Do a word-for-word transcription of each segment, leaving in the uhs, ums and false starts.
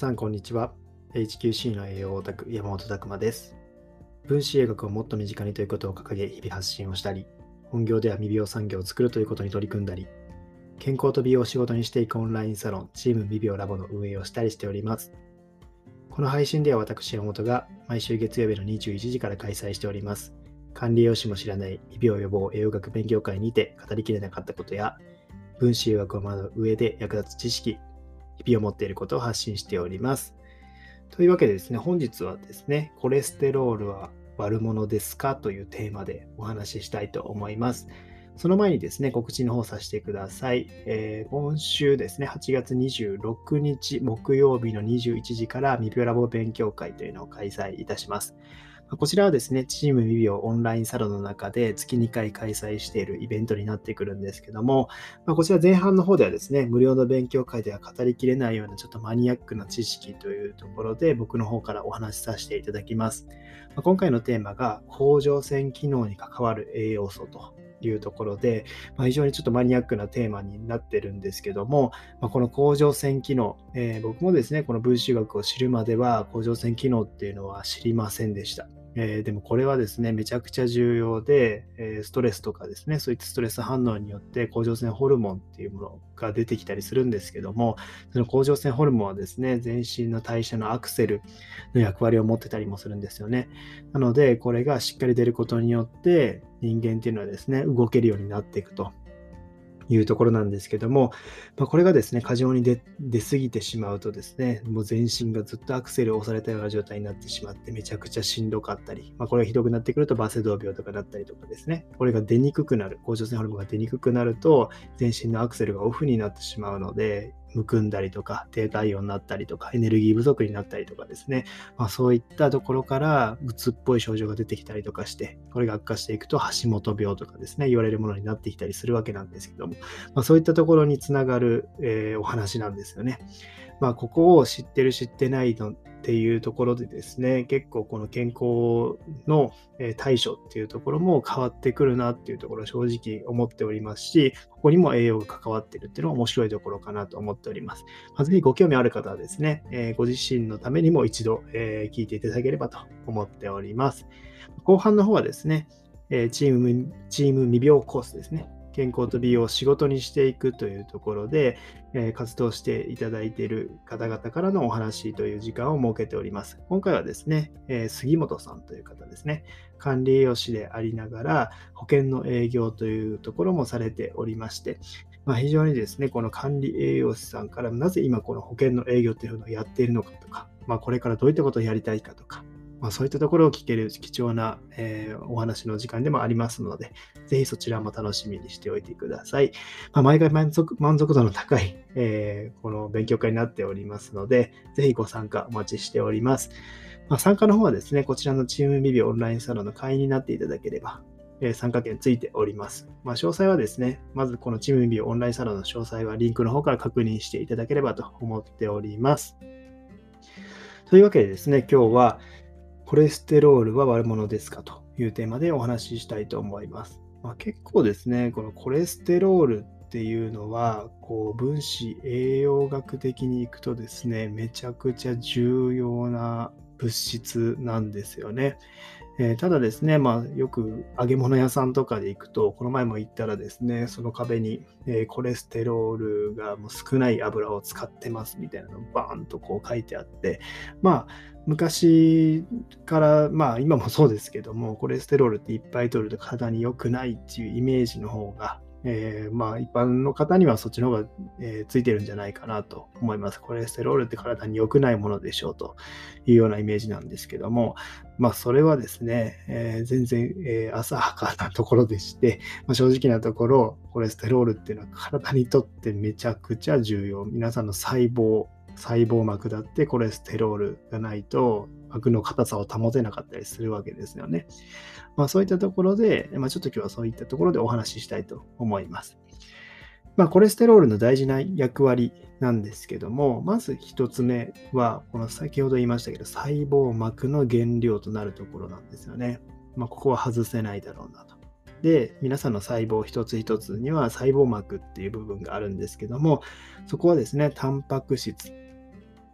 さん、こんにちは。エイチキューシー の栄養オタク、山本拓馬です。分子栄学をもっと身近にということを掲げ、日々発信をしたり、本業では未病産業を作るということに取り組んだり、健康と美容を仕事にしていくオンラインサロン、チーム未病ラボの運営をしたりしております。この配信では私、山本が毎週月曜日のにじゅういちじから開催しております。管理栄養士も知らない未病予防栄養学勉強会にて語りきれなかったことや、分子栄学を学ぶ上で役立つ知識、日々を持っていることを発信しております。というわけでですね、本日はですね、コレステロールは悪者ですかというテーマでお話ししたいと思います。その前にですね、告知の方させてください。えー、今週ですね、はちがつにじゅうろくにち木曜日のにじゅういちじから未病ラボ勉強会というのを開催いたします。こちらはですね、チーム未病オンラインサロンの中で月にかい開催しているイベントになってくるんですけども、まあ、こちら前半の方ではですね、無料の勉強会では語りきれないようなちょっとマニアックな知識というところで僕の方からお話しさせていただきます。まあ、今回のテーマが甲状腺機能に関わる栄養素というところで、まあ、非常にちょっとマニアックなテーマになってるんですけども、まあ、この甲状腺機能、えー、僕もですね、この分子学を知るまでは甲状腺機能っていうのは知りませんでした。えー、でもこれはですね、めちゃくちゃ重要で、えー、ストレスとかですね、そういったストレス反応によって甲状腺ホルモンっていうものが出てきたりするんですけども、その甲状腺ホルモンはですね、全身の代謝のアクセルの役割を持ってたりもするんですよね。なので、これがしっかり出ることによって、人間っていうのはですね、動けるようになっていくというところなんですけども、まあ、これがですね、過剰に出、出過ぎてしまうとですね、もう全身がずっとアクセルを押されたような状態になってしまって、めちゃくちゃしんどかったり、まあ、これがひどくなってくるとバセドウ病とかだったりとかですね、これが出にくくなる、甲状腺ホルモンが出にくくなると、全身のアクセルがオフになってしまうので、むくんだりとか、低体温になったりとか、エネルギー不足になったりとかですね、まあ、そういったところからうつっぽい症状が出てきたりとかして、これが悪化していくと橋本病とかですね、言われるものになってきたりするわけなんですけども、まあ、そういったところにつながる、えーお話なんですよね。まあ、ここを知ってる知ってないのっていうところでですね、結構この健康の対処っていうところも変わってくるなっていうところを正直思っておりますし、ここにも栄養が関わっているっていうのは面白いところかなと思っております。まあ、ぜひご興味ある方はですね、えーご自身のためにも一度、えー聞いていただければと思っております。後半の方はですね、えーチーム、チーム未病コースですね。健康と美容を仕事にしていくというところで、えー活動していただいている方々からのお話という時間を設けております。今回はですね、えー杉本さんという方ですね、管理栄養士でありながら保険の営業というところもされておりまして、まあ、非常にですね、この管理栄養士さんからなぜ今この保険の営業というのをやっているのかとか、まあ、これからどういったことをやりたいかとか、まあ、そういったところを聞ける貴重な、えーお話の時間でもありますので、ぜひそちらも楽しみにしておいてください。まあ、毎回満足満足度の高い、えーこの勉強会になっておりますので、ぜひご参加お待ちしております。まあ、参加の方はですね、こちらのチーム未病オンラインサロンの会員になっていただければ、えー参加券ついております。まあ、詳細はですね、まずこのチーム未病オンラインサロンの詳細はリンクの方から確認していただければと思っております。というわけでですね、今日はコレステロールは悪者ですかというテーマでお話ししたいと思います。まあ、結構ですね、このコレステロールっていうのは、こう分子栄養学的にいくとですね、めちゃくちゃ重要な物質なんですよね。えーただですね、まあ、よく揚げ物屋さんとかで行くと、この前も言ったらですね、その壁に、えーコレステロールがもう少ない油を使ってますみたいなのをバーンとこう書いてあって、まあ、昔から、まあ今もそうですけども、コレステロールっていっぱい取ると体に良くないっていうイメージの方が、えーまあ一般の方にはそっちの方が、えーついてるんじゃないかなと思います。コレステロールって体に良くないものでしょうというようなイメージなんですけども、まあそれはですね、えー全然、えー浅はかなところでして、まあ、正直なところ、コレステロールっていうのは体にとってめちゃくちゃ重要。皆さんの細胞、細胞膜だってコレステロールがないと膜の硬さを保てなかったりするわけですよね。まあ、そういったところで、まあ、ちょっと今日はそういったところでお話ししたいと思います。まあ、コレステロールの大事な役割なんですけども、まず一つ目は、この先ほど言いましたけど、細胞膜の原料となるところなんですよね。まあ、ここは外せないだろうなと。で、皆さんの細胞一つ一つには細胞膜っていう部分があるんですけども、そこはですね、タンパク質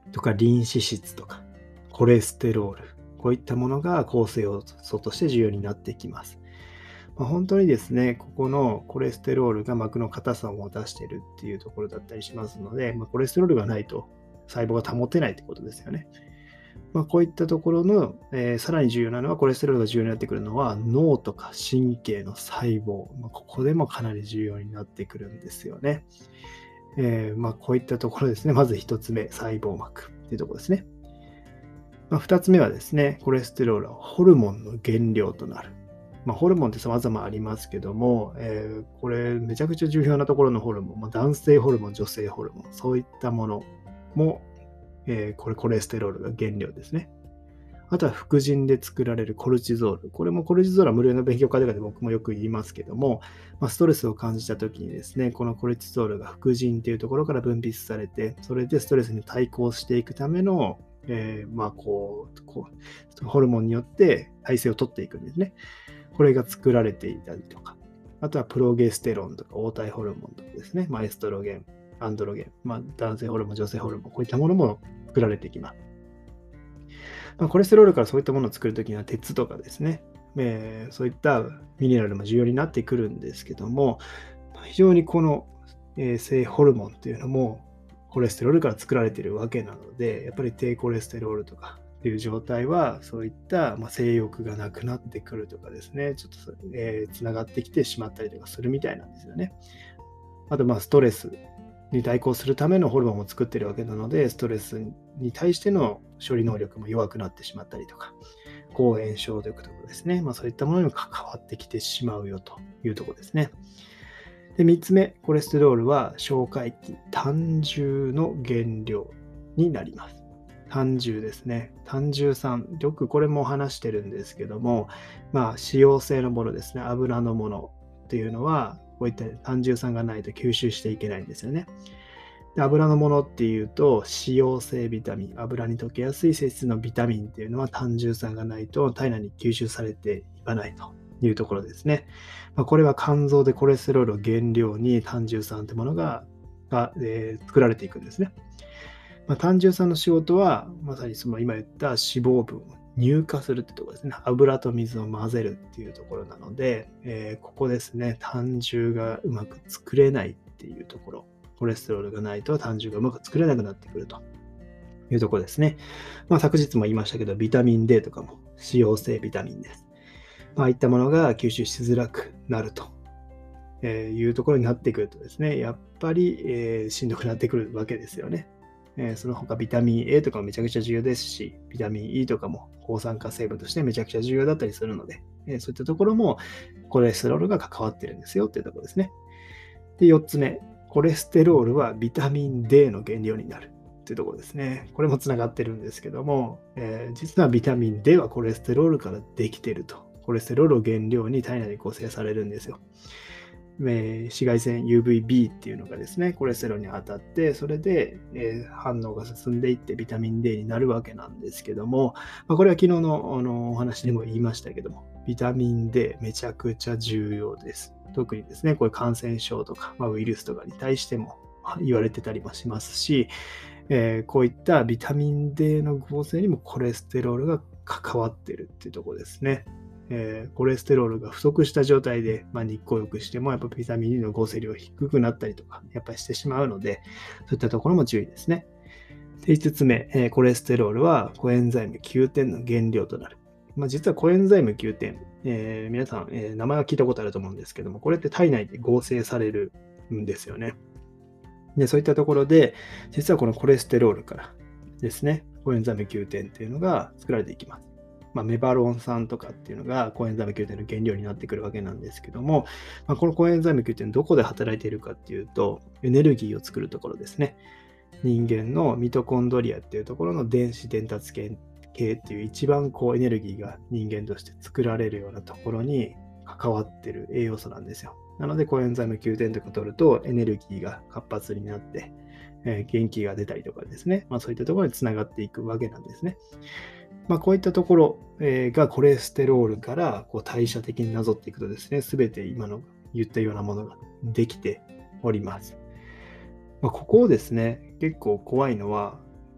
とかリン脂質とかコレステロール、こういったものが構成要素として重要になってきます。まあ、本当にですね、ここのコレステロールが膜の硬さを持たしているっていうところだったりしますので、まあ、コレステロールがないと細胞が保てないってことですよね。まあ、こういったところの、えーさらに重要なのは、コレステロールが重要になってくるのは、脳とか神経の細胞、まあ、ここでもかなり重要になってくるんですよね。えーまあ、こういったところですね。まずひとつめ、細胞膜っていうところですね。まあ、ふたつめはですね、コレステロールはホルモンの原料となる。まあ、ホルモンって様々ありますけども、えーこれめちゃくちゃ重要なところのホルモン、まあ、男性ホルモン、女性ホルモン、そういったものも、えーこれコレステロールが原料ですね。あとは副腎で作られるコルチゾール。これもコルチゾールは無料の勉強会とかで僕もよく言いますけども、まあ、ストレスを感じた時にですね、このコルチゾールが副腎っていうところから分泌されて、それでストレスに対抗していくための、えーまあこう、こう、ホルモンによって体制を取っていくんですね。これが作られていたりとか、あとはプロゲステロンとか黄体ホルモンとかですね、まあ、エストロゲン、アンドロゲン、まあ、男性ホルモン、女性ホルモン、こういったものも作られていきます。まあ、コレステロールからそういったものを作るときには鉄とかですね、えーそういったミネラルも重要になってくるんですけども、非常にこの、えー性ホルモンっていうのもコレステロールから作られているわけなので、やっぱり低コレステロールとかっていう状態は、そういった、まあ、性欲がなくなってくるとかですね、ちょっと、えー、つながってきてしまったりとかするみたいなんですよね。あと、まあ、ストレスに対抗するためのホルモンを作っているわけなので、ストレスに対しての処理能力も弱くなってしまったりとか、抗炎症ということですね。まあ、そういったものにも関わってきてしまうよというところですね。で、みっつめ、コレステロールは消化液、胆汁の原料になります。胆汁ですね。胆汁酸。よくこれも話してるんですけども、まあ、脂溶性のものですね。油のものっていうのは、こういった胆汁酸がないと吸収していけないんですよね。で油のものっていうと、脂溶性ビタミン、油に溶けやすい性質のビタミンっていうのは胆汁酸がないと体内に吸収されていかないというところですね。まあ、これは肝臓でコレステロールを原料に胆汁酸というものがが、えー作られていくんですね。まあ、胆汁酸の仕事は、まさにその今言った脂肪分を乳化するってところですね。油と水を混ぜるっていうところなので、えーここですね、胆汁がうまく作れないっていうところ。コレステロールがないと胆汁がうまく作れなくなってくるというところですね。まあ、昨日も言いましたけど、ビタミン ディー とかも脂溶性ビタミンです。まああいったものが吸収しづらくなるとえーいうところになってくるとですね、やっぱり、えーしんどくなってくるわけですよね。えーその他ビタミン A とかもめちゃくちゃ重要ですし、ビタミン E とかも抗酸化成分としてめちゃくちゃ重要だったりするので、えーそういったところもコレステロールが関わってるんですよっていうところですね。で、よっつめ、コレステロールはビタミン ディー の原料になるっていうところですね。これもつながってるんですけども、えー実はビタミン ディー はコレステロールからできていると。コレステロールを原料に体内に構成されるんですよ。えー紫外線 ユーブイビー っていうのがですね、コレステロールに当たって、それで、えー反応が進んでいってビタミン ディー になるわけなんですけども、まあ、これは昨日の、あのお話でも言いましたけども、ビタミン ディー めちゃくちゃ重要です。特にですね、こういう感染症とか、まあ、ウイルスとかに対しても言われてたりもしますし、えーこういったビタミン ディー の合成にもコレステロールが関わっているっていうところですね。えーコレステロールが不足した状態で、まあ、日光浴しても、やっぱビタミン ディー の合成量が低くなったりとか、やっぱりしてしまうので、そういったところも注意ですね。で、いつつめ、えーコレステロールはコエンザイム キューテン の原料となる。まあ、実はコエンザイム キューテン、えー皆さん、えー名前は聞いたことあると思うんですけども、これって体内で合成されるんですよね。で、そういったところで、実はこのコレステロールからですね、コエンザイム キューテン っていうのが作られていきます。まあ、メバロン酸とかっていうのがコエンザイム キューテン の原料になってくるわけなんですけども、まあ、このコエンザイム キューテン どこで働いているかっていうと、エネルギーを作るところですね。人間のミトコンドリアっていうところの電子伝達系系っていう一番こうエネルギーが人間として作られるようなところに関わってる栄養素なんですよ。なので、コエンザイム キューテン とか取るとエネルギーが活発になって、えー元気が出たりとかですね、まあ、そういったところにつながっていくわけなんですね。まあ、こういったところ、えーがコレステロールからこう代謝的になぞっていくとですね、すべて今の言ったようなものができております。まあ、ここをですね、結構怖いのは、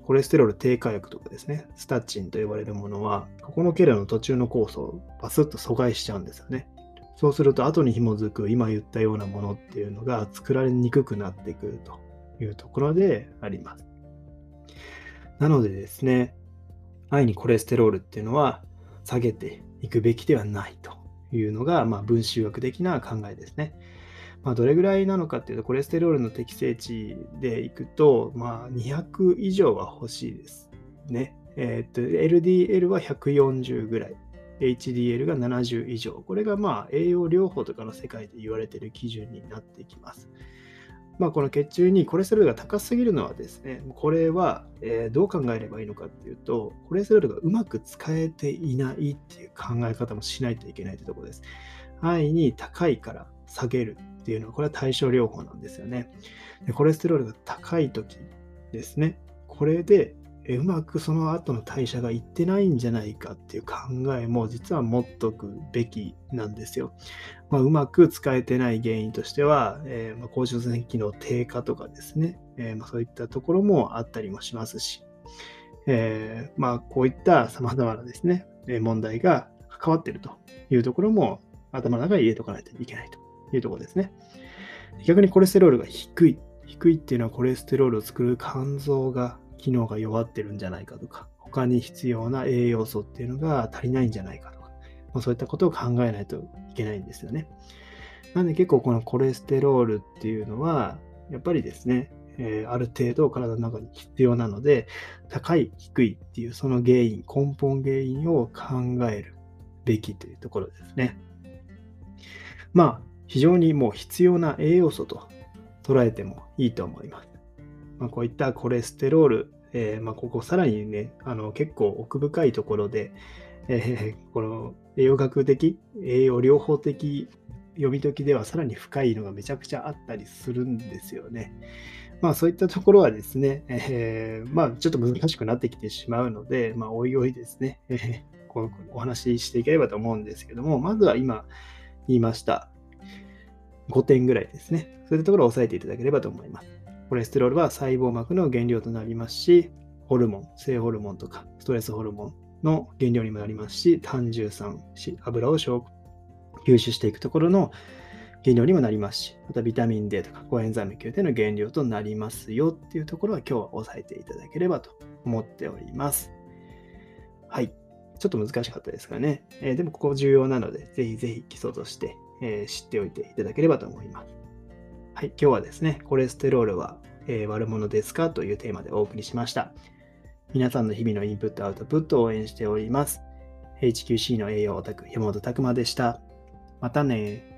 コレステロール低下薬とかですね、スタチンと呼ばれるものは、ここの経路の途中の酵素をバスッと阻害しちゃうんですよね。そうすると、後に紐づく今言ったようなものっていうのが作られにくくなってくるというところであります。なのでですね、安易にコレステロールっていうのは下げていくべきではないというのが、まあ、分子学的な考えですね。まあ、どれぐらいなのかっていうと、コレステロールの適正値でいくと、まあ、にひゃく以上は欲しいですね。えーっと、エルディーエル はひゃくよんじゅうぐらい、エイチディーエル がななじゅう以上。これがまあ栄養療法とかの世界で言われている基準になってきます。まあ、この血中にコレステロールが高すぎるのはですね、これは、えーどう考えればいいのかっていうと、コレステロールがうまく使えていないっていう考え方もしないといけないというところです。安易に高いから下げるっていうのは、これは対症療法なんですよね。でコレステロールが高いときですね、これでえうまくその後の代謝がいってないんじゃないかっていう考えも実は持っとくべきなんですよ。まあ、うまく使えてない原因としては、えーまあ、甲状腺機能低下とかですね、えーまあ、そういったところもあったりもしますし、えーまあ、こういった様々なですね、えー問題が関わっているというところも頭の中に入れておかないといけないというところですね。逆にコレステロールが低い。低いっていうのはコレステロールを作る肝臓が機能が弱ってるんじゃないかとか、他に必要な栄養素っていうのが足りないんじゃないかとか、まあ、そういったことを考えないといけないんですよね。なんで結構このコレステロールっていうのは、やっぱりですね、えーある程度体の中に必要なので、高い、低いっていうその原因、根本原因を考えるべきというところですね。まあ、非常にもう必要な栄養素と捉えてもいいと思います。まあ、こういったコレステロール、えーまあ、ここさらにね、あの結構奥深いところで、えーこの栄養学的、栄養療法的読み解きではさらに深いのがめちゃくちゃあったりするんですよね。まあそういったところはですね、えーまあちょっと難しくなってきてしまうので、まあおいおいですね、えーこうお話ししていければと思うんですけども、まずは今言いましたごてんぐらいですね。そういったところを押さえていただければと思います。コレステロールは細胞膜の原料となりますし、ホルモン、性ホルモンとかストレスホルモンの原料にもなりますし、胆汁酸、油を消吸収していくところの原料にもなりますし、またビタミン D とかコエンザイム Q テンの原料となりますよっていうところは今日は押さえていただければと思っております。はい。ちょっと難しかったですがね。えーでもここ重要なので、ぜひぜひ基礎として、えー知っておいていただければと思います。はい。今日はですね、コレステロールは、えー悪者ですかというテーマでお送りしました。皆さんの日々のインプットアウトプットを応援しております。エイチキューシー の栄養オタク、山本拓馬でした。またね